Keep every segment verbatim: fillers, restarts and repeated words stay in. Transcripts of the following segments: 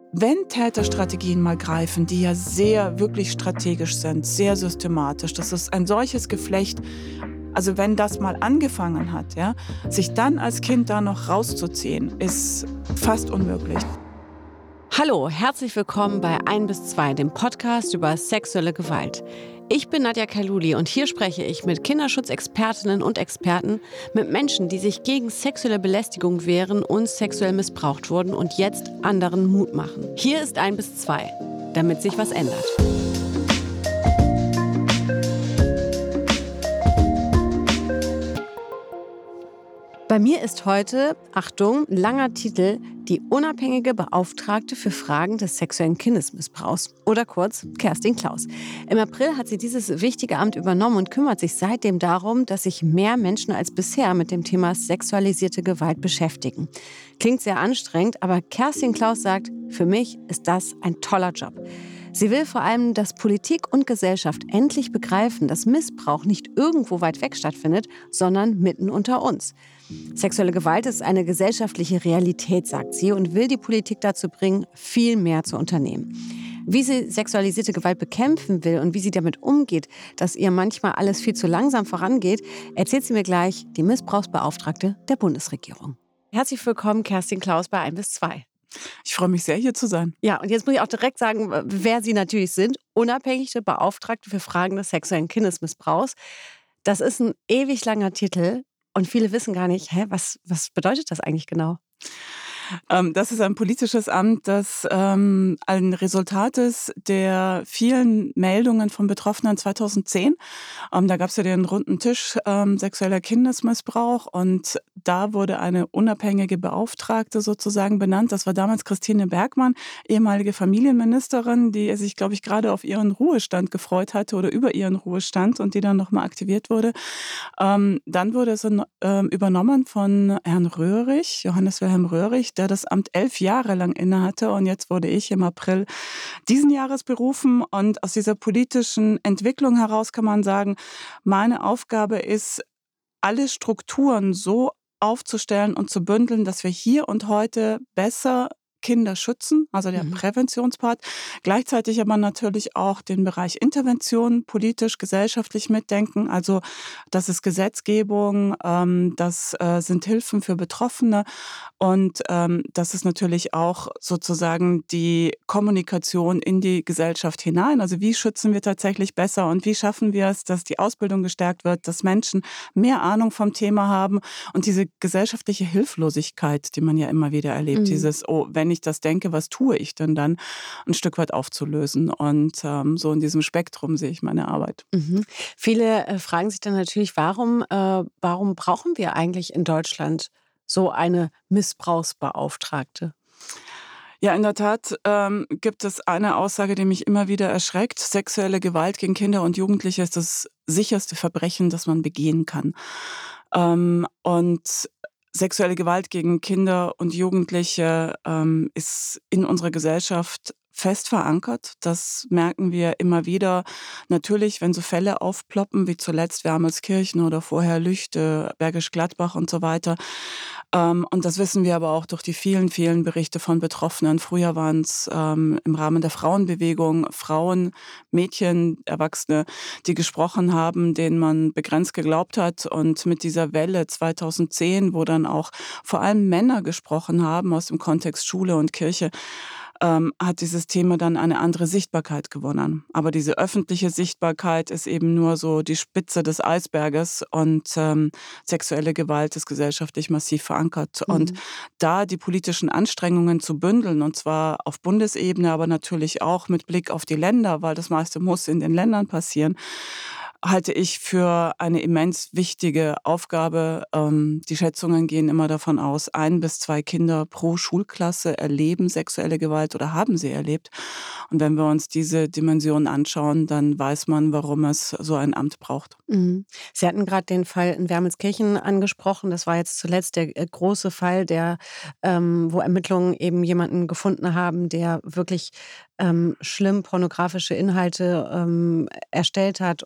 Wenn Täterstrategien mal greifen, die ja sehr wirklich strategisch sind, sehr systematisch, das ist ein solches Geflecht, also wenn das mal angefangen hat, ja, sich dann als Kind da noch rauszuziehen, ist fast unmöglich. Hallo, herzlich willkommen bei eins bis zwei, dem Podcast über sexuelle Gewalt. Ich bin Nadja Kailuli und hier spreche ich mit Kinderschutzexpertinnen und Experten, mit Menschen, die sich gegen sexuelle Belästigung wehren und sexuell missbraucht wurden und jetzt anderen Mut machen. Hier ist eins bis zwei, damit sich was ändert. Bei mir ist heute, Achtung, langer Titel, die unabhängige Beauftragte für Fragen des sexuellen Kindesmissbrauchs oder kurz Kerstin Klaus. Im April hat sie dieses wichtige Amt übernommen und kümmert sich seitdem darum, dass sich mehr Menschen als bisher mit dem Thema sexualisierte Gewalt beschäftigen. Klingt sehr anstrengend, aber Kerstin Klaus sagt, für mich ist das ein toller Job. Sie will vor allem, dass Politik und Gesellschaft endlich begreifen, dass Missbrauch nicht irgendwo weit weg stattfindet, sondern mitten unter uns. Sexuelle Gewalt ist eine gesellschaftliche Realität, sagt sie, und will die Politik dazu bringen, viel mehr zu unternehmen. Wie sie sexualisierte Gewalt bekämpfen will und wie sie damit umgeht, dass ihr manchmal alles viel zu langsam vorangeht, erzählt sie mir gleich, die Missbrauchsbeauftragte der Bundesregierung. Herzlich willkommen, Kerstin Klaus bei eins bis zwei. Ich freue mich sehr, hier zu sein. Ja, und jetzt muss ich auch direkt sagen, wer Sie natürlich sind. Unabhängige Beauftragte für Fragen des sexuellen Kindesmissbrauchs. Das ist ein ewig langer Titel und viele wissen gar nicht, hä, was, was bedeutet das eigentlich genau? Ähm, das ist ein politisches Amt, das ähm, ein Resultat ist der vielen Meldungen von Betroffenen zweitausendzehn. Ähm, da gab es ja den runden Tisch ähm, sexueller Kindesmissbrauch und da wurde eine unabhängige Beauftragte sozusagen benannt. Das war damals Christine Bergmann, ehemalige Familienministerin, die sich, glaube ich, gerade auf ihren Ruhestand gefreut hatte oder über ihren Ruhestand und die dann nochmal aktiviert wurde. Ähm, dann wurde es äh, übernommen von Herrn Röhrig, Johannes Wilhelm Röhrig, der das Amt elf Jahre lang innehatte und jetzt wurde ich im April diesen Jahres berufen und aus dieser politischen Entwicklung heraus kann man sagen, meine Aufgabe ist, alle Strukturen so aufzustellen und zu bündeln, dass wir hier und heute besser Kinder schützen, also der mhm. Präventionspart, gleichzeitig aber natürlich auch den Bereich Intervention, politisch, gesellschaftlich mitdenken, also das ist Gesetzgebung, ähm, das äh, sind Hilfen für Betroffene und ähm, das ist natürlich auch sozusagen die Kommunikation in die Gesellschaft hinein, also wie schützen wir tatsächlich besser und wie schaffen wir es, dass die Ausbildung gestärkt wird, dass Menschen mehr Ahnung vom Thema haben und diese gesellschaftliche Hilflosigkeit, die man ja immer wieder erlebt, mhm. dieses, oh, wenn Wenn ich das denke, was tue ich denn dann, ein Stück weit aufzulösen. Und ähm, so in diesem Spektrum sehe ich meine Arbeit. Mhm. Viele äh, fragen sich dann natürlich, warum, äh, warum brauchen wir eigentlich in Deutschland so eine Missbrauchsbeauftragte? Ja, in der Tat ähm, gibt es eine Aussage, die mich immer wieder erschreckt. Sexuelle Gewalt gegen Kinder und Jugendliche ist das sicherste Verbrechen, das man begehen kann. Ähm, und Sexuelle Gewalt gegen Kinder und Jugendliche ähm, ist in unserer Gesellschaft fest verankert. Das merken wir immer wieder. Natürlich, wenn so Fälle aufploppen, wie zuletzt Wermelskirchen oder vorher Lüchte, Bergisch Gladbach und so weiter. Ähm, und das wissen wir aber auch durch die vielen, vielen Berichte von Betroffenen. Früher waren es ähm, im Rahmen der Frauenbewegung Frauen, Mädchen, Erwachsene, die gesprochen haben, denen man begrenzt geglaubt hat. Und mit dieser Welle zweitausendzehn, wo dann auch vor allem Männer gesprochen haben aus dem Kontext Schule und Kirche, ähm, hat dieses Thema dann eine andere Sichtbarkeit gewonnen. Aber diese öffentliche Sichtbarkeit ist eben nur so die Spitze des Eisberges und ähm, sexuelle Gewalt ist gesellschaftlich massiv verankert. Mhm. Und da die politischen Anstrengungen zu bündeln, und zwar auf Bundesebene, aber natürlich auch mit Blick auf die Länder, weil das meiste muss in den Ländern passieren, halte ich für eine immens wichtige Aufgabe. Ähm, die Schätzungen gehen immer davon aus, ein bis zwei Kinder pro Schulklasse erleben sexuelle Gewalt oder haben sie erlebt. Und wenn wir uns diese Dimension anschauen, dann weiß man, warum es so ein Amt braucht. Mhm. Sie hatten gerade den Fall in Wermelskirchen angesprochen. Das war jetzt zuletzt der äh, große Fall, der, ähm, wo Ermittlungen eben jemanden gefunden haben, der wirklich ähm, schlimm pornografische Inhalte ähm, erstellt hat und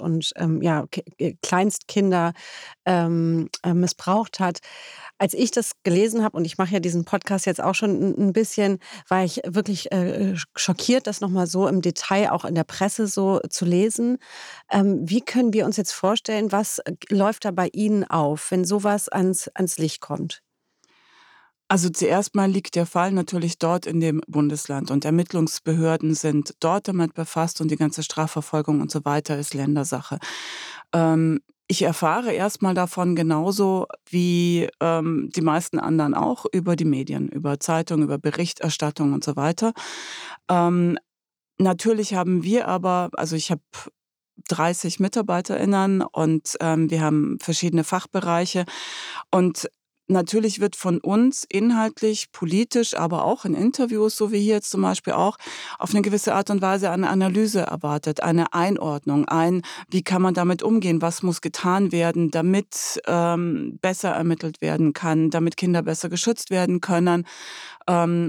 ähm, ja, K- Kleinstkinder ähm, äh, missbraucht hat. Als ich das gelesen habe, und ich mache ja diesen Podcast jetzt auch schon ein, ein bisschen, war ich wirklich äh, schockiert, das nochmal so im Detail auch in der Presse so zu lesen. Ähm, wie können wir uns jetzt vorstellen, was äh, läuft da bei Ihnen auf, wenn sowas ans, ans Licht kommt? Also zuerst mal liegt der Fall natürlich dort in dem Bundesland und Ermittlungsbehörden sind dort damit befasst und die ganze Strafverfolgung und so weiter ist Ländersache. Ähm, ich erfahre erst mal davon genauso wie, ähm, die meisten anderen auch über die Medien, über Zeitungen, über Berichterstattung und so weiter. Ähm, natürlich haben wir aber also ich habe dreißig MitarbeiterInnen und, ähm, wir haben verschiedene Fachbereiche und natürlich wird von uns inhaltlich, politisch, aber auch in Interviews, so wie hier jetzt zum Beispiel auch, auf eine gewisse Art und Weise eine Analyse erwartet, eine Einordnung, ein wie kann man damit umgehen, was muss getan werden, damit, ähm, besser ermittelt werden kann, damit Kinder besser geschützt werden können. Ähm,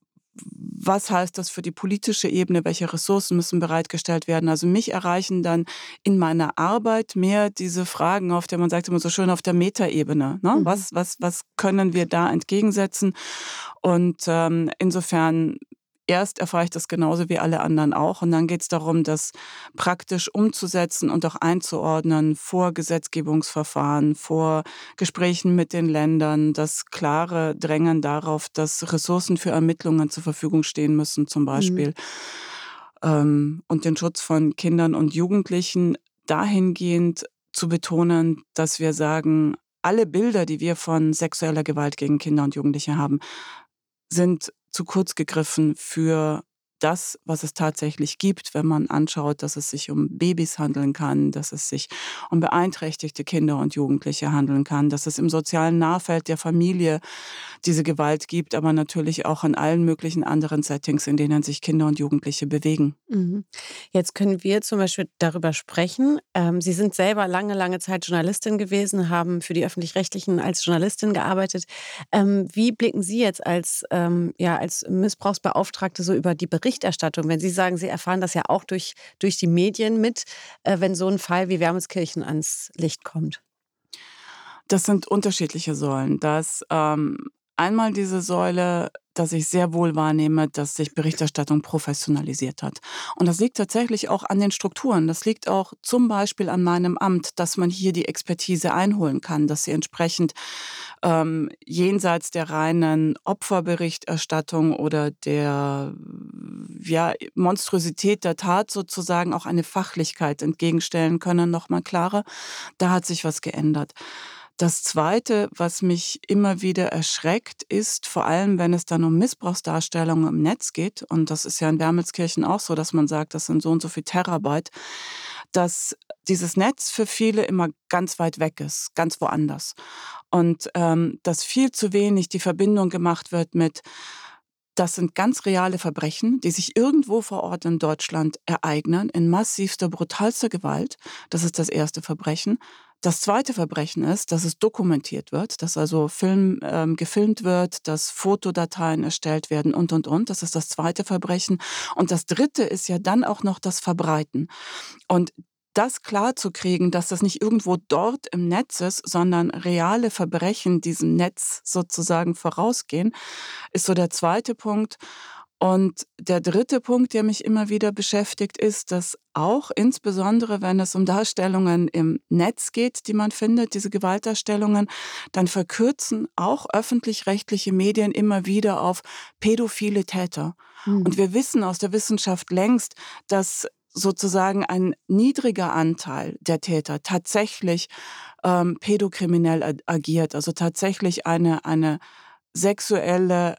was heißt das für die politische Ebene? Welche Ressourcen müssen bereitgestellt werden? Also mich erreichen dann in meiner Arbeit mehr diese Fragen auf der man sagt immer so schön auf der Metaebene, ne? Mhm. Was was was können wir da entgegensetzen? Und, ähm, insofern erst erfahre ich das genauso wie alle anderen auch und dann geht es darum, das praktisch umzusetzen und auch einzuordnen vor Gesetzgebungsverfahren, vor Gesprächen mit den Ländern, das klare Drängen darauf, dass Ressourcen für Ermittlungen zur Verfügung stehen müssen zum Mhm. Beispiel, ähm, und den Schutz von Kindern und Jugendlichen dahingehend zu betonen, dass wir sagen, alle Bilder, die wir von sexueller Gewalt gegen Kinder und Jugendliche haben, sind zu kurz gegriffen für das, was es tatsächlich gibt, wenn man anschaut, dass es sich um Babys handeln kann, dass es sich um beeinträchtigte Kinder und Jugendliche handeln kann, dass es im sozialen Nahfeld der Familie diese Gewalt gibt, aber natürlich auch in allen möglichen anderen Settings, in denen sich Kinder und Jugendliche bewegen. Mhm. Jetzt können wir zum Beispiel darüber sprechen. Ähm, Sie sind selber lange, lange Zeit Journalistin gewesen, haben für die Öffentlich-Rechtlichen als Journalistin gearbeitet. Ähm, wie blicken Sie jetzt als, ähm, ja, als Missbrauchsbeauftragte so über die Berichterstattung, wenn Sie sagen, Sie erfahren das ja auch durch, durch die Medien mit, äh, wenn so ein Fall wie Wermelskirchen ans Licht kommt? Das sind unterschiedliche Säulen. Das, ähm, einmal diese Säule, dass ich sehr wohl wahrnehme, dass sich Berichterstattung professionalisiert hat. Und das liegt tatsächlich auch an den Strukturen. Das liegt auch zum Beispiel an meinem Amt, dass man hier die Expertise einholen kann, dass sie entsprechend, ähm, jenseits der reinen Opferberichterstattung oder der, ja, Monstrosität der Tat sozusagen auch eine Fachlichkeit entgegenstellen können, noch mal klarer. Da hat sich was geändert. Das Zweite, was mich immer wieder erschreckt, ist, vor allem wenn es dann um Missbrauchsdarstellungen im Netz geht, und das ist ja in Wermelskirchen auch so, dass man sagt, das sind so und so viel Terabyte, dass dieses Netz für viele immer ganz weit weg ist, ganz woanders. Und, ähm, dass viel zu wenig die Verbindung gemacht wird mit das sind ganz reale Verbrechen, die sich irgendwo vor Ort in Deutschland ereignen, in massivster, brutalster Gewalt. Das ist das erste Verbrechen. Das zweite Verbrechen ist, dass es dokumentiert wird, dass also Film ähm, gefilmt wird, dass Fotodateien erstellt werden und, und, und. Das ist das zweite Verbrechen. Und das dritte ist ja dann auch noch das Verbreiten. Und das klarzukriegen, dass das nicht irgendwo dort im Netz ist, sondern reale Verbrechen diesem Netz sozusagen vorausgehen, ist so der zweite Punkt. Und der dritte Punkt, der mich immer wieder beschäftigt, ist, dass auch insbesondere, wenn es um Darstellungen im Netz geht, die man findet, diese Gewaltdarstellungen, dann verkürzen auch öffentlich-rechtliche Medien immer wieder auf pädophile Täter. Und Mhm. wir wissen aus der Wissenschaft längst, dass sozusagen ein niedriger Anteil der Täter tatsächlich ähm, pädokriminell ag agiert, also tatsächlich eine eine sexuelle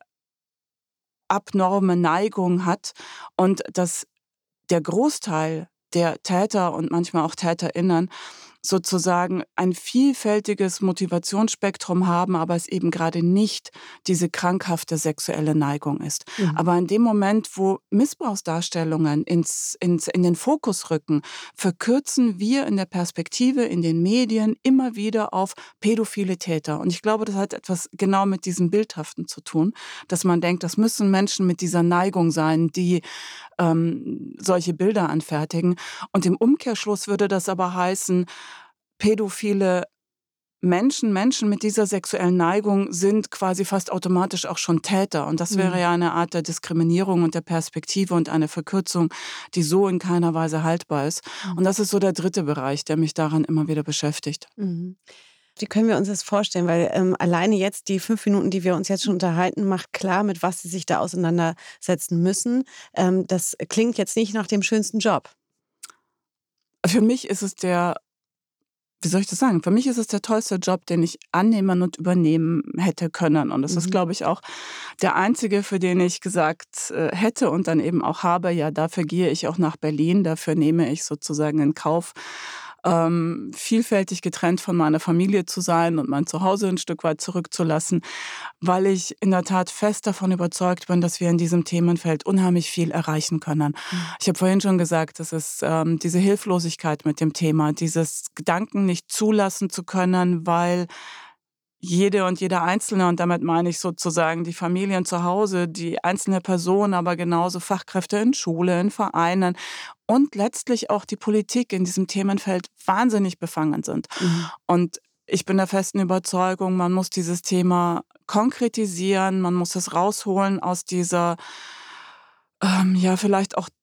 abnorme Neigung hat und dass der Großteil der Täter und manchmal auch TäterInnen sozusagen ein vielfältiges Motivationsspektrum haben, aber es eben gerade nicht diese krankhafte sexuelle Neigung ist. Mhm. Aber in dem Moment, wo Missbrauchsdarstellungen ins, ins, in den Fokus rücken, verkürzen wir in der Perspektive, in den Medien immer wieder auf pädophile Täter. Und ich glaube, das hat etwas genau mit diesem Bildhaften zu tun, dass man denkt, das müssen Menschen mit dieser Neigung sein, die ähm, solche Bilder anfertigen. Und im Umkehrschluss würde das aber heißen, pädophile Menschen, Menschen mit dieser sexuellen Neigung sind quasi fast automatisch auch schon Täter. Und das wäre Mhm. ja eine Art der Diskriminierung und der Perspektive und eine Verkürzung, die so in keiner Weise haltbar ist. Und das ist so der dritte Bereich, der mich daran immer wieder beschäftigt. Mhm. Wie können wir uns das vorstellen? Weil ähm, alleine jetzt die fünf Minuten, die wir uns jetzt schon unterhalten, macht klar, mit was Sie sich da auseinandersetzen müssen. Ähm, das klingt jetzt nicht nach dem schönsten Job. Für mich ist es der Wie soll ich das sagen? Für mich ist es der tollste Job, den ich annehmen und übernehmen hätte können. Und das ist, Mhm. glaube ich, auch der einzige, für den ich gesagt äh, hätte und dann eben auch habe, ja, dafür gehe ich auch nach Berlin, dafür nehme ich sozusagen in Kauf, ähm, vielfältig getrennt von meiner Familie zu sein und mein Zuhause ein Stück weit zurückzulassen, weil ich in der Tat fest davon überzeugt bin, dass wir in diesem Themenfeld unheimlich viel erreichen können. Mhm. Ich habe vorhin schon gesagt, das ist ähm, diese Hilflosigkeit mit dem Thema, dieses Gedanken nicht zulassen zu können, weil jede und jeder Einzelne, und damit meine ich sozusagen die Familien zu Hause, die einzelne Person, aber genauso Fachkräfte in Schule, in Vereinen und letztlich auch die Politik in diesem Themenfeld wahnsinnig befangen sind. Mhm. Und ich bin der festen Überzeugung, man muss dieses Thema konkretisieren, man muss es rausholen aus dieser, ähm, ja, vielleicht auch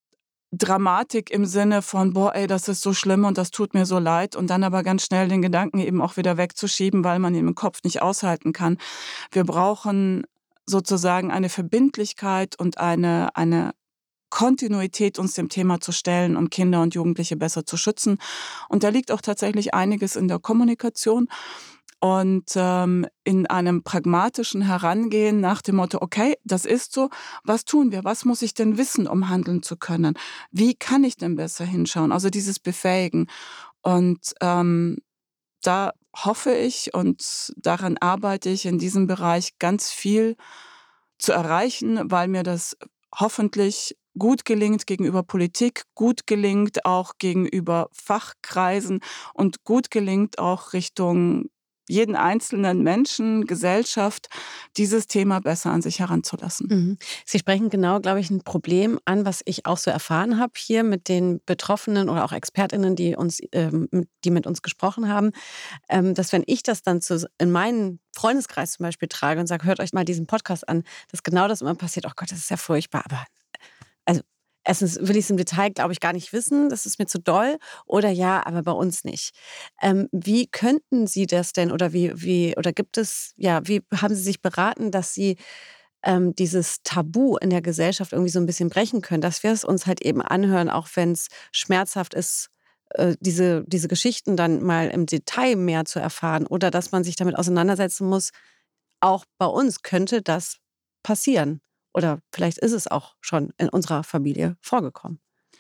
Dramatik im Sinne von: „Boah, ey, das ist so schlimm und das tut mir so leid“, und dann aber ganz schnell den Gedanken eben auch wieder wegzuschieben, weil man ihn im Kopf nicht aushalten kann. Wir brauchen sozusagen eine Verbindlichkeit und eine eine Kontinuität, uns dem Thema zu stellen, um Kinder und Jugendliche besser zu schützen. Und da liegt auch tatsächlich einiges in der Kommunikation und, ähm, in einem pragmatischen Herangehen nach dem Motto: „Okay, das ist so. Was tun wir? Was muss ich denn wissen, um handeln zu können? Wie kann ich denn besser hinschauen?“ Also, dieses Befähigen. Und, ähm, da hoffe ich und daran arbeite ich in diesem Bereich ganz viel zu erreichen, weil mir das hoffentlich gut gelingt gegenüber Politik, gut gelingt auch gegenüber Fachkreisen und gut gelingt auch Richtung jeden einzelnen Menschen, Gesellschaft, dieses Thema besser an sich heranzulassen. Mhm. Sie sprechen genau, glaube ich, ein Problem an, was ich auch so erfahren habe hier mit den Betroffenen oder auch ExpertInnen, die uns ähm, mit die mit uns gesprochen haben, ähm, dass wenn ich das dann zu in meinen Freundeskreis zum Beispiel trage und sage: „Hört euch mal diesen Podcast an“, dass genau das immer passiert: „Oh Gott, das ist ja furchtbar“, aber also, erstens will ich's im Detail, glaube ich, gar nicht wissen, das ist mir zu doll oder ja, aber bei uns nicht. Ähm, wie könnten Sie das denn oder wie wie oder gibt es ja, wie haben Sie sich beraten, dass Sie, ähm, dieses Tabu in der Gesellschaft irgendwie so ein bisschen brechen können, dass wir es uns halt eben anhören, auch wenn es schmerzhaft ist, äh, diese diese Geschichten dann mal im Detail mehr zu erfahren oder dass man sich damit auseinandersetzen muss, auch bei uns könnte das passieren. Oder vielleicht ist es auch schon in unserer Familie vorgekommen.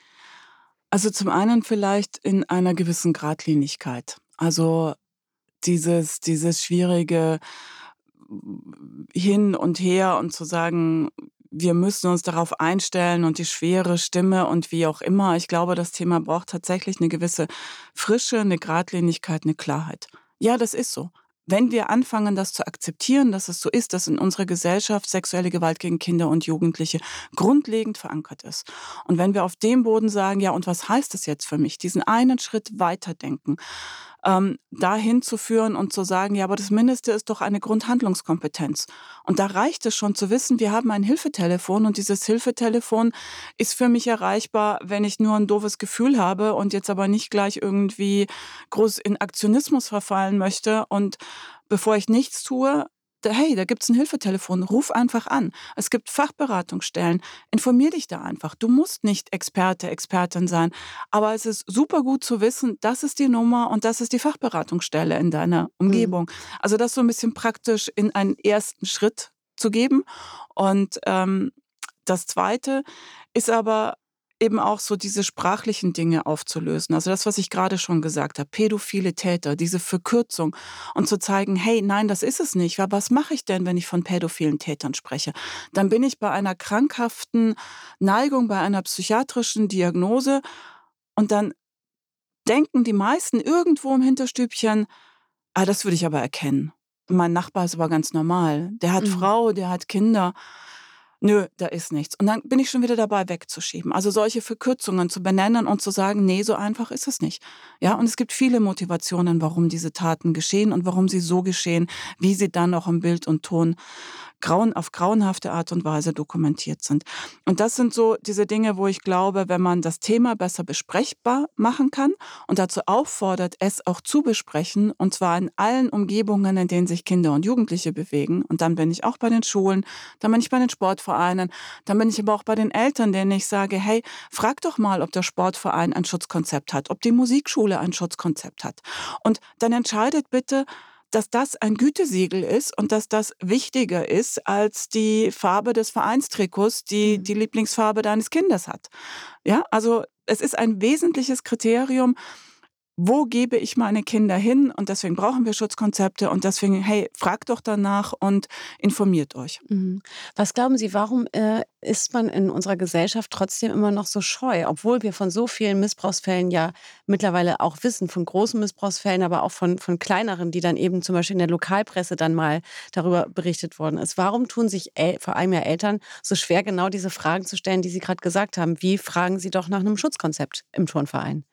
Also, zum einen vielleicht in einer gewissen Gradlinigkeit. Also, dieses dieses schwierige Hin und Her und zu sagen, wir müssen uns darauf einstellen und die schwere Stimme und wie auch immer. Ich glaube, das Thema braucht tatsächlich eine gewisse Frische, eine Gradlinigkeit, eine Klarheit. Ja, das ist so. Wenn wir anfangen, das zu akzeptieren, dass es so ist, dass in unserer Gesellschaft sexuelle Gewalt gegen Kinder und Jugendliche grundlegend verankert ist. Und wenn wir auf dem Boden sagen: „Ja, und was heißt das jetzt für mich?“ Diesen einen Schritt weiterdenken, ähm, dahin zu führen und zu sagen: „Ja, aber das Mindeste ist doch eine Grundhandlungskompetenz.“ Und da reicht es schon zu wissen, wir haben ein Hilfetelefon und dieses Hilfetelefon ist für mich erreichbar, wenn ich nur ein doofes Gefühl habe und jetzt aber nicht gleich irgendwie groß in Aktionismus verfallen möchte. Und bevor ich nichts tue, da hey, da gibt's 'n Hilfetelefon, ruf einfach an. Es gibt Fachberatungsstellen. Informier dich da einfach. Du musst nicht Experte, Expertin sein, aber es ist super gut zu wissen, das ist die Nummer und das ist die Fachberatungsstelle in deiner Mhm. Umgebung. Also, das so ein bisschen praktisch in einen ersten Schritt zu geben. Und, ähm, das Zweite ist aber eben auch so diese sprachlichen Dinge aufzulösen. Also das, was ich gerade schon gesagt habe, pädophile Täter, diese Verkürzung und zu zeigen, hey, nein, das ist es nicht. Aber was mache ich denn, wenn ich von pädophilen Tätern spreche? Dann bin ich bei einer krankhaften Neigung, bei einer psychiatrischen Diagnose und dann denken die meisten irgendwo im Hinterstübchen, ah, das würde ich aber erkennen. Mein Nachbar ist aber ganz normal. Der hat Mhm. Frau, der hat Kinder. Nö, da ist nichts. Und dann bin ich schon wieder dabei, wegzuschieben. Also solche Verkürzungen zu benennen und zu sagen, nee, so einfach ist es nicht. Ja, und es gibt viele Motivationen, warum diese Taten geschehen und warum sie so geschehen, wie sie dann auch im Bild und Ton grauen, auf grauenhafte Art und Weise dokumentiert sind. Und das sind so diese Dinge, wo ich glaube, wenn man das Thema besser besprechbar machen kann und dazu auffordert, es auch zu besprechen, und zwar in allen Umgebungen, in denen sich Kinder und Jugendliche bewegen. Und dann bin ich auch bei den Schulen, dann bin ich bei den Sportvereinen, dann bin ich aber auch bei den Eltern, denen ich sage, hey, frag doch mal, ob der Sportverein ein Schutzkonzept hat, ob die Musikschule ein Schutzkonzept hat. Und dann entscheidet bitte, dass das ein Gütesiegel ist und dass das wichtiger ist als die Farbe des Vereinstrikots, die Mhm. die Lieblingsfarbe deines Kindes hat. Ja, also es ist ein wesentliches Kriterium, wo gebe ich meine Kinder hin? Und deswegen brauchen wir Schutzkonzepte und deswegen, hey, fragt doch danach und informiert euch. Mhm. Was glauben Sie, warum äh, ist man in unserer Gesellschaft trotzdem immer noch so scheu, obwohl wir von so vielen Missbrauchsfällen ja mittlerweile auch wissen, von großen Missbrauchsfällen, aber auch von, von kleineren, die dann eben zum Beispiel in der Lokalpresse dann mal darüber berichtet worden ist. Warum tun sich El vor allem ja Eltern so schwer, genau diese Fragen zu stellen, die Sie gerade gesagt haben? Wie fragen Sie doch nach einem Schutzkonzept im Turnverein?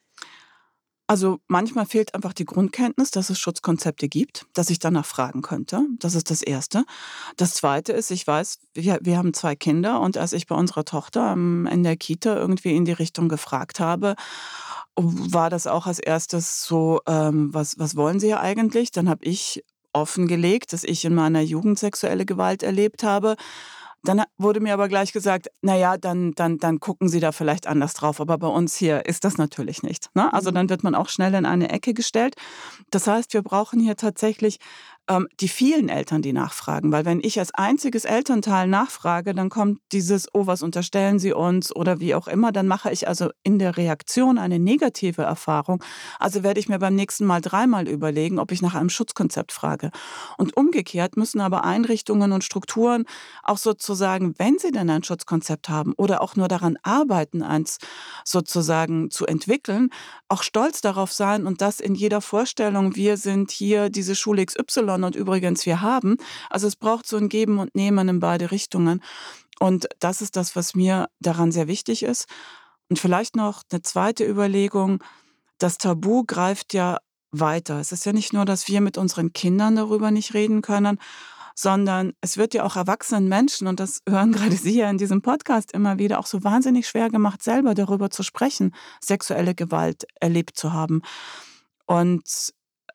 Also manchmal fehlt einfach die Grundkenntnis, dass es Schutzkonzepte gibt, dass ich danach fragen könnte. Das ist das Erste. Das Zweite ist, ich weiß, wir, wir haben zwei Kinder und als ich bei unserer Tochter ähm, in der Kita irgendwie in die Richtung gefragt habe, war das auch als erstes so, ähm, was, was wollen Sie eigentlich? Dann habe ich offengelegt, dass ich in meiner Jugend sexuelle Gewalt erlebt habe. Dann ha wurde mir aber gleich gesagt: „Na ja, dann dann dann gucken Sie da vielleicht anders drauf, aber bei uns hier ist das natürlich nicht“, ne? Also, Mhm. dann wird man auch schnell in eine Ecke gestellt. Das heißt, wir brauchen hier tatsächlich, ähm, die vielen Eltern, die nachfragen, weil wenn ich als einziges Elternteil nachfrage, dann kommt dieses: „Oh, was unterstellen Sie uns?“ oder wie auch immer. Dann mache ich also in der Reaktion eine negative Erfahrung. Also, werde ich mir beim nächsten Mal dreimal überlegen, ob ich nach einem Schutzkonzept frage. Und umgekehrt müssen aber Einrichtungen und Strukturen auch sozusagen, wenn sie denn ein Schutzkonzept haben oder auch nur daran arbeiten, eins sozusagen zu entwickeln, auch stolz darauf sein und das in jeder Vorstellung: „Wir sind hier diese Schule X Y und übrigens wir haben.“ Also, es braucht so ein Geben und Nehmen in beide Richtungen. Und das ist das, was mir daran sehr wichtig ist. Und vielleicht noch eine zweite Überlegung: Das Tabu greift ja weiter. Es ist ja nicht nur, dass wir mit unseren Kindern darüber nicht reden können, sondern es wird ja auch erwachsenen Menschen, und das hören gerade Sie ja in diesem Podcast immer wieder, auch so wahnsinnig schwer gemacht, selber darüber zu sprechen, sexuelle Gewalt erlebt zu haben. Und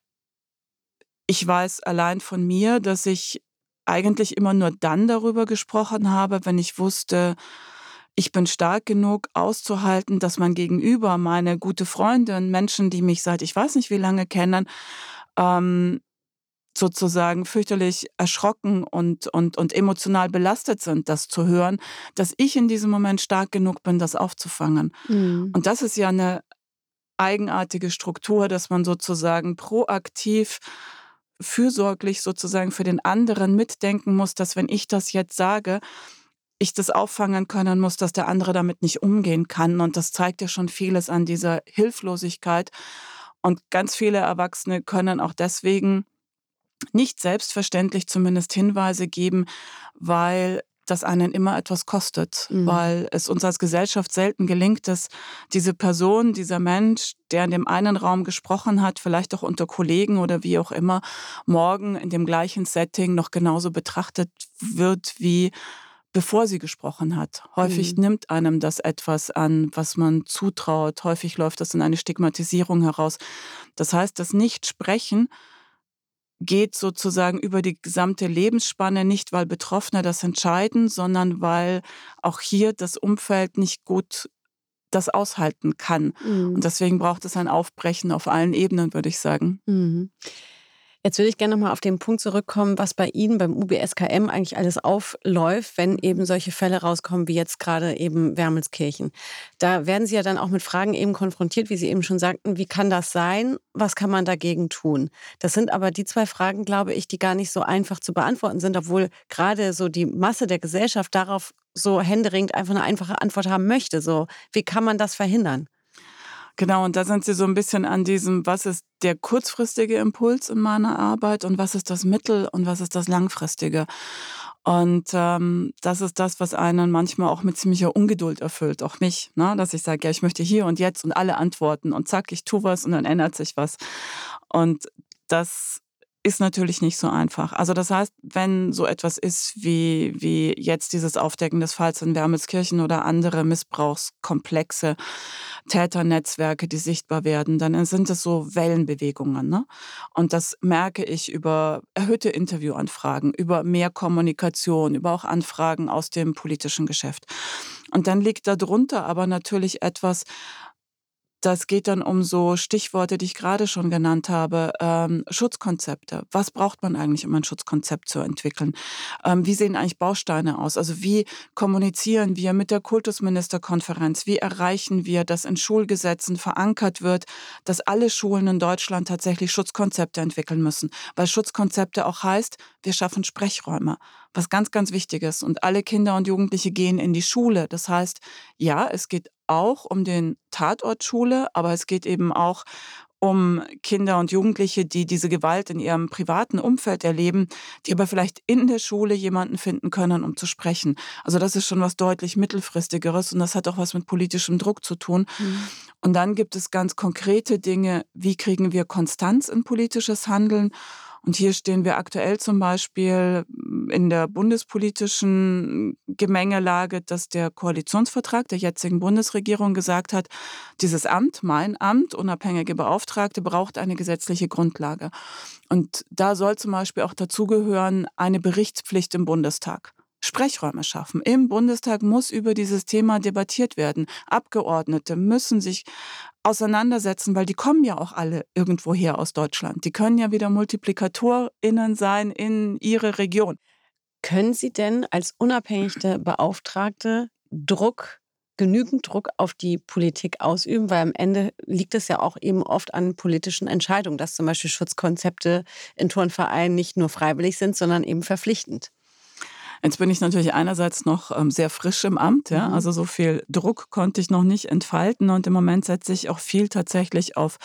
ich weiß allein von mir, dass ich eigentlich immer nur dann darüber gesprochen habe, wenn ich wusste, ich bin stark genug auszuhalten, dass mein Gegenüber, meine gute Freundin, Menschen, die mich seit ich weiß nicht wie lange kennen, ähm, sozusagen fürchterlich erschrocken und und und emotional belastet sind, das zu hören, dass ich in diesem Moment stark genug bin, das aufzufangen. Mhm. Und das ist ja eine eigenartige Struktur, dass man sozusagen proaktiv, fürsorglich sozusagen für den anderen mitdenken muss, dass wenn ich das jetzt sage, ich das auffangen können muss, dass der andere damit nicht umgehen kann. Und das zeigt ja schon vieles an dieser Hilflosigkeit. Und ganz viele Erwachsene können auch deswegen nicht selbstverständlich zumindest Hinweise geben, weil das einen immer etwas kostet, Mhm. weil es uns als Gesellschaft selten gelingt, dass diese Person, dieser Mensch, der in dem einen Raum gesprochen hat, vielleicht auch unter Kollegen oder wie auch immer, morgen in dem gleichen Setting noch genauso betrachtet wird wie bevor sie gesprochen hat. Häufig Mhm. nimmt einem das etwas an, was man zutraut. Häufig läuft das in eine Stigmatisierung heraus. Das heißt, das Nichtsprechen geht sozusagen über die gesamte Lebensspanne, nicht weil Betroffene das entscheiden, sondern weil auch hier das Umfeld nicht gut das aushalten kann. Und Mhm. deswegen braucht es ein Aufbrechen auf allen Ebenen, würde ich sagen. Mhm. Jetzt würde ich gerne noch mal auf den Punkt zurückkommen, was bei Ihnen beim U B S K M eigentlich alles aufläuft, wenn eben solche Fälle rauskommen, wie jetzt gerade eben Wermelskirchen. Da werden Sie ja dann auch mit Fragen eben konfrontiert, wie Sie eben schon sagten, wie kann das sein? Was kann man dagegen tun? Das sind aber die zwei Fragen, glaube ich, die gar nicht so einfach zu beantworten sind, obwohl gerade so die Masse der Gesellschaft darauf so händeringend einfach eine einfache Antwort haben möchte. So, wie kann man das verhindern? Genau, und da sind Sie so ein bisschen an diesem, was ist der kurzfristige Impuls in meiner Arbeit und was ist das Mittel und was ist das Langfristige? Und, ähm, das ist das, was einen manchmal auch mit ziemlicher Ungeduld erfüllt, auch mich, ne? Dass ich sage: „Ja, ich möchte hier und jetzt und alle antworten und zack, ich tue was und dann ändert sich was.“ Und das ist natürlich nicht so einfach. Also, das heißt, wenn so etwas ist wie wie jetzt dieses Aufdecken des Falls in Wermelskirchen oder andere Missbrauchskomplexe, Täternetzwerke, die sichtbar werden, dann sind es so Wellenbewegungen, ne? Und das merke ich über erhöhte Interviewanfragen, über mehr Kommunikation, über auch Anfragen aus dem politischen Geschäft. Und dann liegt darunter aber natürlich etwas, das geht dann um so Stichworte, die ich gerade schon genannt habe, ähm, Schutzkonzepte. Was braucht man eigentlich, um ein Schutzkonzept zu entwickeln? Ähm, wie sehen eigentlich Bausteine aus? Also, wie kommunizieren wir mit der Kultusministerkonferenz? Wie erreichen wir, dass in Schulgesetzen verankert wird, dass alle Schulen in Deutschland tatsächlich Schutzkonzepte entwickeln müssen? Weil Schutzkonzepte auch heißt, wir schaffen Sprechräume, was ganz, ganz wichtig ist. Und alle Kinder und Jugendliche gehen in die Schule. Das heißt, ja, es geht auch um den Tatort Schule, aber es geht eben auch um Kinder und Jugendliche, die diese Gewalt in ihrem privaten Umfeld erleben, die aber vielleicht in der Schule jemanden finden können, um zu sprechen. Also das ist schon was deutlich Mittelfristigeres und das hat auch was mit politischem Druck zu tun. Mhm. Und dann gibt es ganz konkrete Dinge, wie kriegen wir Konstanz in politisches Handeln? Und hier stehen wir aktuell zum Beispiel in der bundespolitischen Gemengelage, dass der Koalitionsvertrag der jetzigen Bundesregierung gesagt hat, dieses Amt, mein Amt, unabhängige Beauftragte, braucht eine gesetzliche Grundlage. Und da soll zum Beispiel auch dazugehören eine Berichtspflicht im Bundestag. Sprechräume schaffen. Im Bundestag muss über dieses Thema debattiert werden. Abgeordnete müssen sich auseinandersetzen, weil die kommen ja auch alle irgendwoher aus Deutschland. Die können ja wieder MultiplikatorInnen sein in ihre Region. Können Sie denn als unabhängige Beauftragte Druck genügend Druck auf die Politik ausüben? Weil am Ende liegt es ja auch eben oft an politischen Entscheidungen, dass zum Beispiel Schutzkonzepte in Turnvereinen nicht nur freiwillig sind, sondern eben verpflichtend. Jetzt bin ich natürlich einerseits noch ähm, sehr frisch im Amt, ja, Mhm. also so viel Druck konnte ich noch nicht entfalten und im Moment setze ich auch viel tatsächlich auf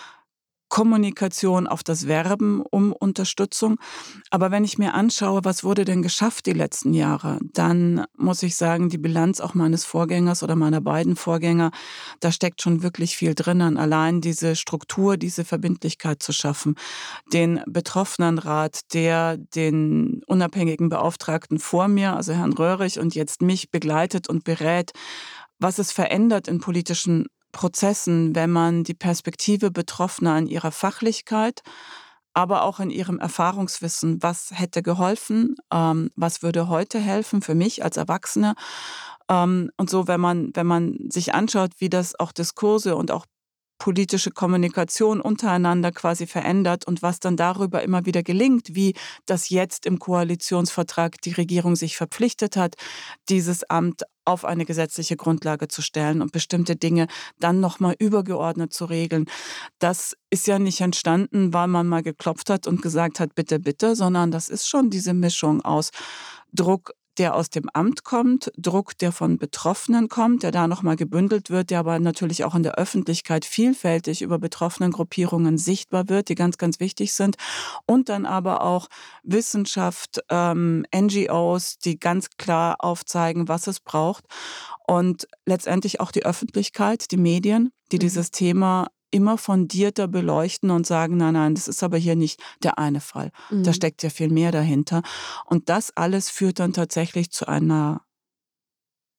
Kommunikation, auf das Werben um Unterstützung. Aber wenn ich mir anschaue, was wurde denn geschafft die letzten Jahre, dann muss ich sagen, die Bilanz auch meines Vorgängers oder meiner beiden Vorgänger, da steckt schon wirklich viel drin an allein diese Struktur, diese Verbindlichkeit zu schaffen. Den Betroffenenrat, der den unabhängigen Beauftragten vor mir, also Herrn Röhrig und jetzt mich begleitet und berät, was es verändert in politischen Prozessen, wenn man die Perspektive Betroffener in ihrer Fachlichkeit, aber auch in ihrem Erfahrungswissen, was hätte geholfen, ähm, was würde heute helfen für mich als Erwachsene. Ähm, und so, wenn man wenn man sich anschaut, wie das auch Diskurse und auch politische Kommunikation untereinander quasi verändert und was dann darüber immer wieder gelingt, wie das jetzt im Koalitionsvertrag die Regierung sich verpflichtet hat, dieses Amt auf eine gesetzliche Grundlage zu stellen und bestimmte Dinge dann noch mal übergeordnet zu regeln. Das ist ja nicht entstanden, weil man mal geklopft hat und gesagt hat: „Bitte, bitte“, sondern das ist schon diese Mischung aus Druck, der aus dem Amt kommt, Druck, der von Betroffenen kommt, der da noch mal gebündelt wird, der aber natürlich auch in der Öffentlichkeit vielfältig über Betroffenengruppierungen sichtbar wird, die ganz, ganz wichtig sind. Und dann aber auch Wissenschaft, ähm, N G Os, die ganz klar aufzeigen, was es braucht. Und letztendlich auch die Öffentlichkeit, die Medien, die Mhm. dieses Thema immer fundierter beleuchten und sagen: „Nein, nein, das ist aber hier nicht der eine Fall. Da Mhm. steckt ja viel mehr dahinter.“ Und das alles führt dann tatsächlich zu einer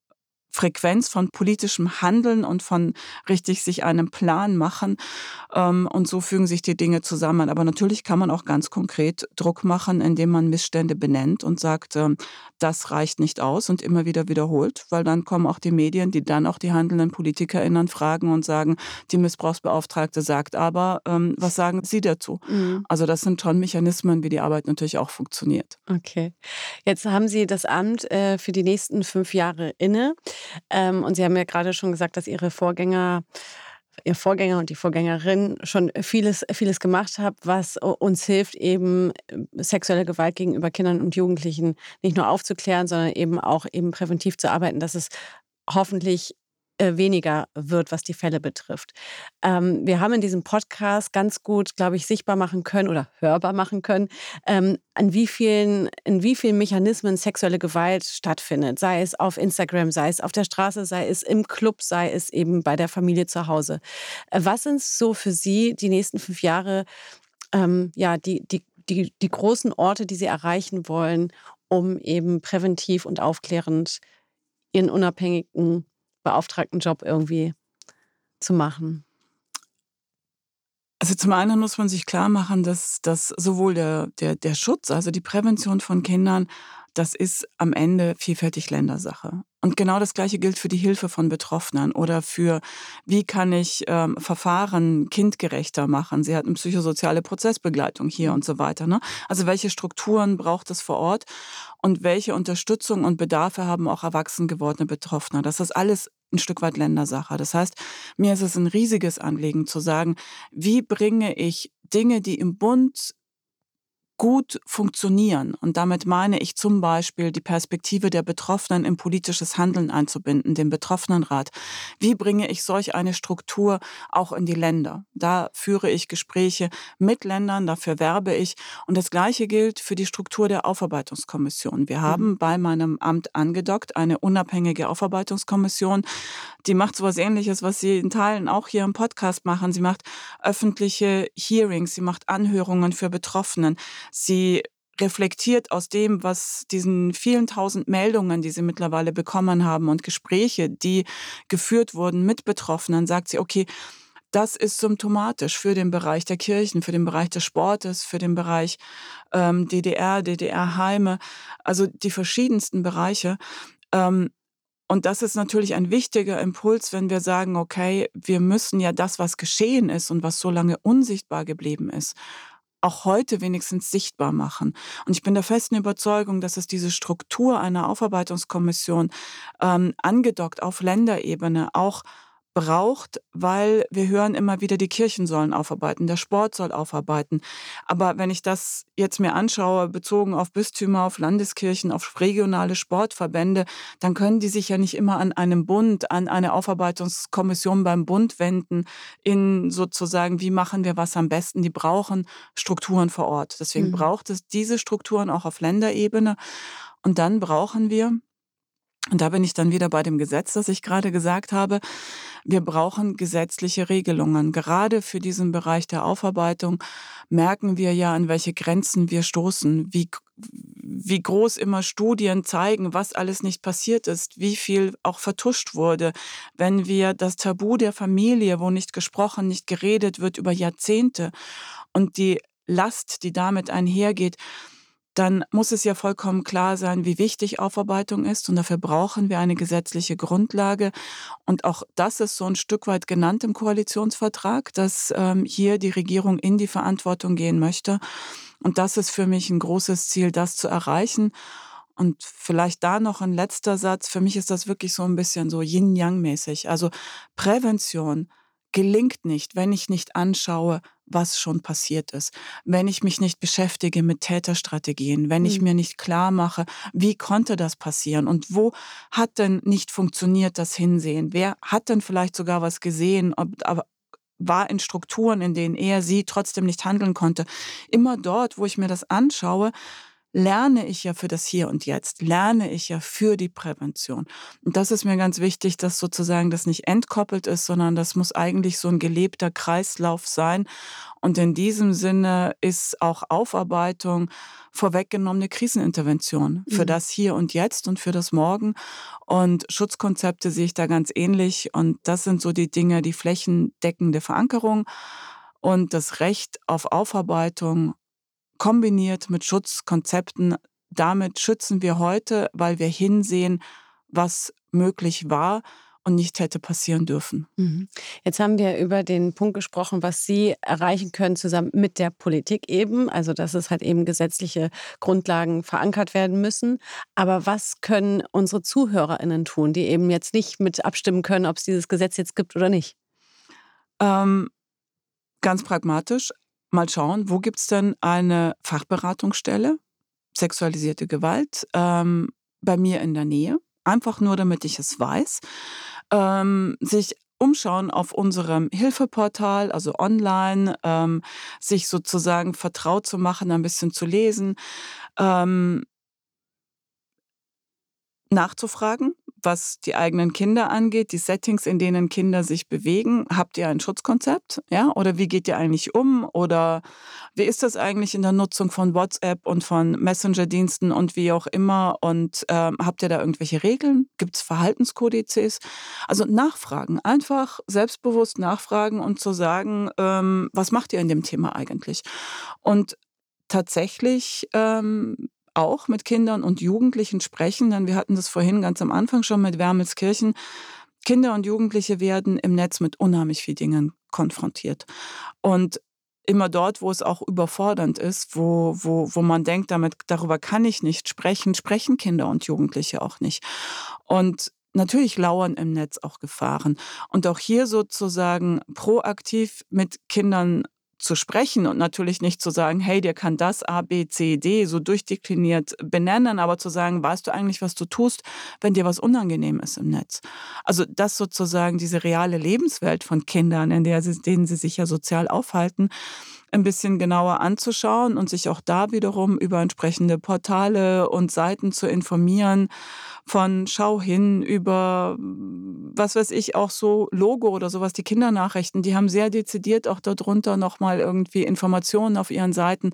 Frequenz von politischem Handeln und von richtig sich einem Plan machen. Ähm, und so fügen sich die Dinge zusammen. Aber natürlich kann man auch ganz konkret Druck machen, indem man Missstände benennt und sagt, ähm, das reicht nicht aus und immer wieder wiederholt, weil dann kommen auch die Medien, die dann auch die handelnden PolitikerInnen fragen und sagen, die Missbrauchsbeauftragte sagt aber, ähm, was sagen Sie dazu? Mhm. Also das sind schon Mechanismen, wie die Arbeit natürlich auch funktioniert. Okay. Jetzt haben Sie das Amt äh, für die nächsten fünf Jahre inne. Ähm, und Sie haben ja gerade schon gesagt, dass Ihre Vorgänger, Ihr Vorgänger und die Vorgängerin schon vieles, vieles gemacht hat, was u- uns hilft, eben äh, sexuelle Gewalt gegenüber Kindern und Jugendlichen nicht nur aufzuklären, sondern eben auch eben präventiv zu arbeiten, dass es hoffentlich äh, weniger wird, was die Fälle betrifft. Ähm, wir haben in diesem Podcast ganz gut, glaube ich, sichtbar machen können oder hörbar machen können, ähm, an wie vielen, in wie vielen Mechanismen sexuelle Gewalt stattfindet. Sei es auf Instagram, sei es auf der Straße, sei es im Club, sei es eben bei der Familie zu Hause. Äh, Was sind so für Sie die nächsten fünf Jahre, ähm, ja, die, die, die, die großen Orte, die Sie erreichen wollen, um eben präventiv und aufklärend Ihren unabhängigen Beauftragtenjob irgendwie zu machen? Also zum einen muss man sich klar machen, dass, dass sowohl der, der, der Schutz, also die Prävention von Kindern, das ist am Ende vielfältig Ländersache. Und genau das Gleiche gilt für die Hilfe von Betroffenen oder für, wie kann ich ähm, Verfahren kindgerechter machen. Sie hatten psychosoziale Prozessbegleitung hier und so weiter. Ne? Also welche Strukturen braucht es vor Ort und welche Unterstützung und Bedarfe haben auch erwachsen gewordene Betroffene. Das ist alles ein Stück weit Ländersache. Das heißt, mir ist es ein riesiges Anliegen zu sagen, wie bringe ich Dinge, die im Bund gut funktionieren. Und damit meine ich zum Beispiel die Perspektive der Betroffenen in politisches Handeln einzubinden, den Betroffenenrat. Wie bringe ich solch eine Struktur auch in die Länder? Da führe ich Gespräche mit Ländern, dafür werbe ich. Und das Gleiche gilt für die Struktur der Aufarbeitungskommission. Wir Mhm. haben bei meinem Amt angedockt eine unabhängige Aufarbeitungskommission, die macht so was Ähnliches, was Sie in Teilen auch hier im Podcast machen. Sie macht öffentliche Hearings, sie macht Anhörungen für Betroffenen. Sie reflektiert aus dem, was diesen vielen tausend Meldungen, die sie mittlerweile bekommen haben und Gespräche, die geführt wurden mit Betroffenen, sagt sie, okay, das ist symptomatisch für den Bereich der Kirchen, für den Bereich des Sportes, für den Bereich ähm, D D R, D D R-Heime, also die verschiedensten Bereiche. Ähm, und das ist natürlich ein wichtiger Impuls, wenn wir sagen, okay, wir müssen ja das, was geschehen ist und was so lange unsichtbar geblieben ist, auch heute wenigstens sichtbar machen. Und ich bin der festen Überzeugung, dass es diese Struktur einer Aufarbeitungskommission ähm, angedockt auf Länderebene auch braucht, weil wir hören immer wieder, die Kirchen sollen aufarbeiten, der Sport soll aufarbeiten. Aber wenn ich das jetzt mir anschaue, bezogen auf Bistümer, auf Landeskirchen, auf regionale Sportverbände, dann können die sich ja nicht immer an einem Bund, an eine Aufarbeitungskommission beim Bund wenden, in sozusagen, wie machen wir was am besten. Die brauchen Strukturen vor Ort. Deswegen Mhm. braucht es diese Strukturen auch auf Länderebene. Und dann brauchen wir, und da bin ich dann wieder bei dem Gesetz, das ich gerade gesagt habe, wir brauchen gesetzliche Regelungen. Gerade für diesen Bereich der Aufarbeitung merken wir ja, an welche Grenzen wir stoßen, wie, wie groß immer Studien zeigen, was alles nicht passiert ist, wie viel auch vertuscht wurde. Wenn wir das Tabu der Familie, wo nicht gesprochen, nicht geredet wird, über Jahrzehnte und die Last, die damit einhergeht, dann muss es ja vollkommen klar sein, wie wichtig Aufarbeitung ist. Und dafür brauchen wir eine gesetzliche Grundlage. Und auch das ist so ein Stück weit genannt im Koalitionsvertrag, dass ähm, hier die Regierung in die Verantwortung gehen möchte. Und das ist für mich ein großes Ziel, das zu erreichen. Und vielleicht da noch ein letzter Satz. Für mich ist das wirklich so ein bisschen so Yin-Yang-mäßig. Also Prävention gelingt nicht, wenn ich nicht anschaue, was schon passiert ist, wenn ich mich nicht beschäftige mit Täterstrategien, wenn ich Mhm. mir nicht klar mache, wie konnte das passieren und wo hat denn nicht funktioniert das Hinsehen? Wer hat denn vielleicht sogar was gesehen, ob, aber war in Strukturen, in denen er, sie trotzdem nicht handeln konnte. Immer dort, wo ich mir das anschaue, lerne ich ja für das Hier und Jetzt, lerne ich ja für die Prävention. Und das ist mir ganz wichtig, dass sozusagen das nicht entkoppelt ist, sondern das muss eigentlich so ein gelebter Kreislauf sein. Und in diesem Sinne ist auch Aufarbeitung vorweggenommene Krisenintervention für Mhm. das Hier und Jetzt und für das Morgen. Und Schutzkonzepte sehe ich da ganz ähnlich. Und das sind so die Dinge, die flächendeckende Verankerung und das Recht auf Aufarbeitung kombiniert mit Schutzkonzepten. Damit schützen wir heute, weil wir hinsehen, was möglich war und nicht hätte passieren dürfen. Mhm. Jetzt haben wir über den Punkt gesprochen, was Sie erreichen können zusammen mit der Politik eben, also dass es halt eben gesetzliche Grundlagen verankert werden müssen. Aber was können unsere ZuhörerInnen tun, die eben jetzt nicht mit abstimmen können, ob es dieses Gesetz jetzt gibt oder nicht? Ähm, ganz pragmatisch, mal schauen, wo gibt's denn eine Fachberatungsstelle, sexualisierte Gewalt, ähm, bei mir in der Nähe. Einfach nur, damit ich es weiß. Ähm, sich umschauen auf unserem Hilfeportal, also online, ähm, sich sozusagen vertraut zu machen, ein bisschen zu lesen, ähm, nachzufragen, was die eigenen Kinder angeht, die Settings, in denen Kinder sich bewegen. Habt ihr ein Schutzkonzept? Ja? Oder wie geht ihr eigentlich um? Oder wie ist das eigentlich in der Nutzung von WhatsApp und von Messenger-Diensten und wie auch immer? Und ähm, habt ihr da irgendwelche Regeln? Gibt es Verhaltenskodizes? Also nachfragen, einfach selbstbewusst nachfragen und zu sagen, ähm, was macht ihr in dem Thema eigentlich? Und tatsächlich ähm, auch mit Kindern und Jugendlichen sprechen, denn wir hatten das vorhin ganz am Anfang schon mit Wermelskirchen. Kinder und Jugendliche werden im Netz mit unheimlich vielen Dingen konfrontiert. Und immer dort, wo es auch überfordernd ist, wo wo wo man denkt, damit darüber kann ich nicht sprechen, sprechen Kinder und Jugendliche auch nicht. Und natürlich lauern im Netz auch Gefahren. Und auch hier sozusagen proaktiv mit Kindern zu sprechen und natürlich nicht zu sagen: „Hey, dir kann das A, B, C, D“ so durchdekliniert benennen, aber zu sagen: „Weißt du eigentlich, was du tust, wenn dir was unangenehm ist im Netz?“ Also, das sozusagen diese reale Lebenswelt von Kindern, in der sie denen sie sich ja sozial aufhalten, ein bisschen genauer anzuschauen und sich auch da wiederum über entsprechende Portale und Seiten zu informieren, von Schau hin über, was weiß ich, auch so Logo oder sowas, die Kindernachrichten, die haben sehr dezidiert auch darunter noch mal irgendwie Informationen auf ihren Seiten,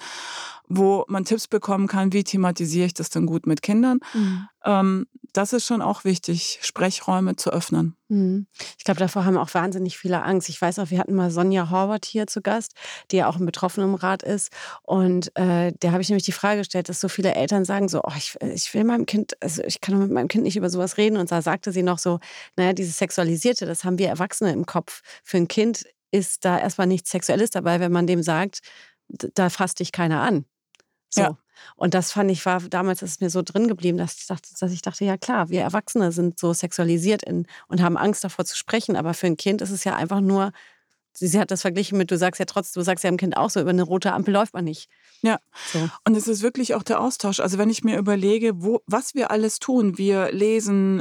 wo man Tipps bekommen kann, wie thematisiere ich das denn gut mit Kindern. Mhm. Ähm, das ist schon auch wichtig, Sprechräume zu öffnen. Mhm. Ich glaube, davor haben auch wahnsinnig viele Angst. Ich weiß auch, wir hatten mal Sonja Horvath hier zu Gast, die ja auch im Betroffenenrat ist. Und äh, der habe ich nämlich die Frage gestellt, dass so viele Eltern sagen so, oh, ich, ich will meinem Kind, also ich kann mit meinem Kind nicht über sowas reden. Und da sagte sie noch so, naja, dieses Sexualisierte, das haben wir Erwachsene im Kopf. Für ein Kind ist da erstmal nichts Sexuelles dabei, wenn man dem sagt, d- da fasst dich keiner an. Ja. So. Und das fand ich, war damals ist es mir so drin geblieben, dass ich dachte, dass ich dachte, ja klar, wir Erwachsene sind so sexualisiert in, und haben Angst davor zu sprechen, aber für ein Kind ist es ja einfach nur, sie, sie hat das verglichen mit, du sagst ja trotzdem, du sagst ja dem Kind auch so, über eine rote Ampel läuft man nicht. Ja, So. und es ist wirklich auch der Austausch. Also, wenn ich mir überlege, wo was wir alles tun. Wir lesen,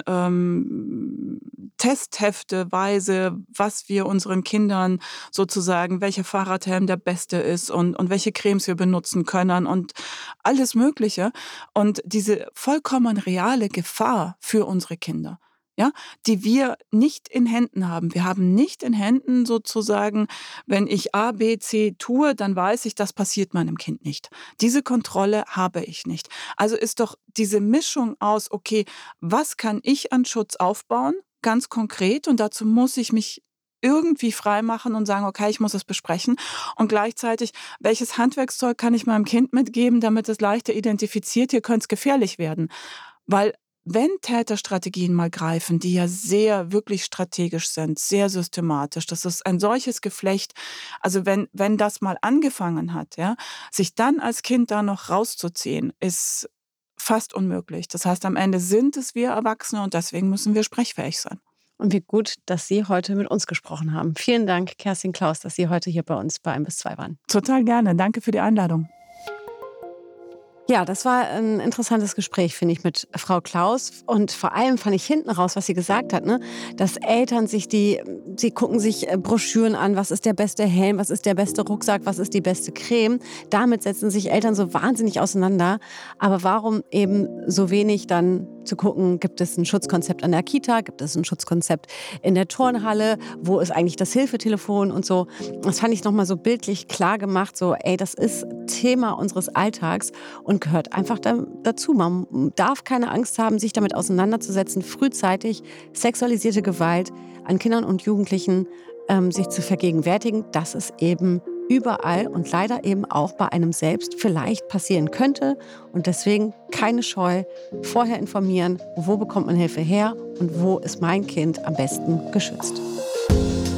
ähm, testhefteweise, was wir unseren Kindern sozusagen, welcher Fahrradhelm der beste ist und und welche Cremes wir benutzen können und alles Mögliche. Und diese vollkommen reale Gefahr für unsere Kinder, ja, die wir nicht in Händen haben. Wir haben nicht in Händen sozusagen, wenn ich A, B, C tue, dann weiß ich, das passiert meinem Kind nicht. Diese Kontrolle habe ich nicht. Also ist doch diese Mischung aus, okay, was kann ich an Schutz aufbauen, ganz konkret, und dazu muss ich mich irgendwie freimachen und sagen, okay, ich muss es besprechen. Und gleichzeitig, welches Handwerkszeug kann ich meinem Kind mitgeben, damit es leichter identifiziert, hier könnte es gefährlich werden. Weil wenn Täterstrategien mal greifen, die ja sehr wirklich strategisch sind, sehr systematisch, das ist ein solches Geflecht. Also wenn wenn das mal angefangen hat, ja, sich dann als Kind da noch rauszuziehen, ist fast unmöglich. Das heißt, am Ende sind es wir Erwachsene und deswegen müssen wir sprechfähig sein. Und wie gut, dass Sie heute mit uns gesprochen haben. Vielen Dank, Kerstin Klaus, dass Sie heute hier bei uns bei eins bis zwei waren. Total gerne. Danke für die Einladung. Ja, das war ein interessantes Gespräch, finde ich, mit Frau Klaus. Und vor allem fand ich hinten raus, was sie gesagt hat, ne? Dass Eltern sich die, sie gucken sich äh, Broschüren an, was ist der beste Helm, was ist der beste Rucksack, was ist die beste Creme. Damit setzen sich Eltern so wahnsinnig auseinander. Aber warum eben so wenig dann zu gucken, gibt es ein Schutzkonzept an der Kita, gibt es ein Schutzkonzept in der Turnhalle, wo ist eigentlich das Hilfetelefon und so. Das fand ich nochmal so bildlich klar gemacht, so ey, das ist Thema unseres Alltags und gehört einfach da, dazu. Man darf keine Angst haben, sich damit auseinanderzusetzen, frühzeitig sexualisierte Gewalt an Kindern und Jugendlichen ähm, sich zu vergegenwärtigen, dass es eben überall und leider eben auch bei einem selbst vielleicht passieren könnte. Und deswegen keine Scheu, vorher informieren, wo bekommt man Hilfe her und wo ist mein Kind am besten geschützt.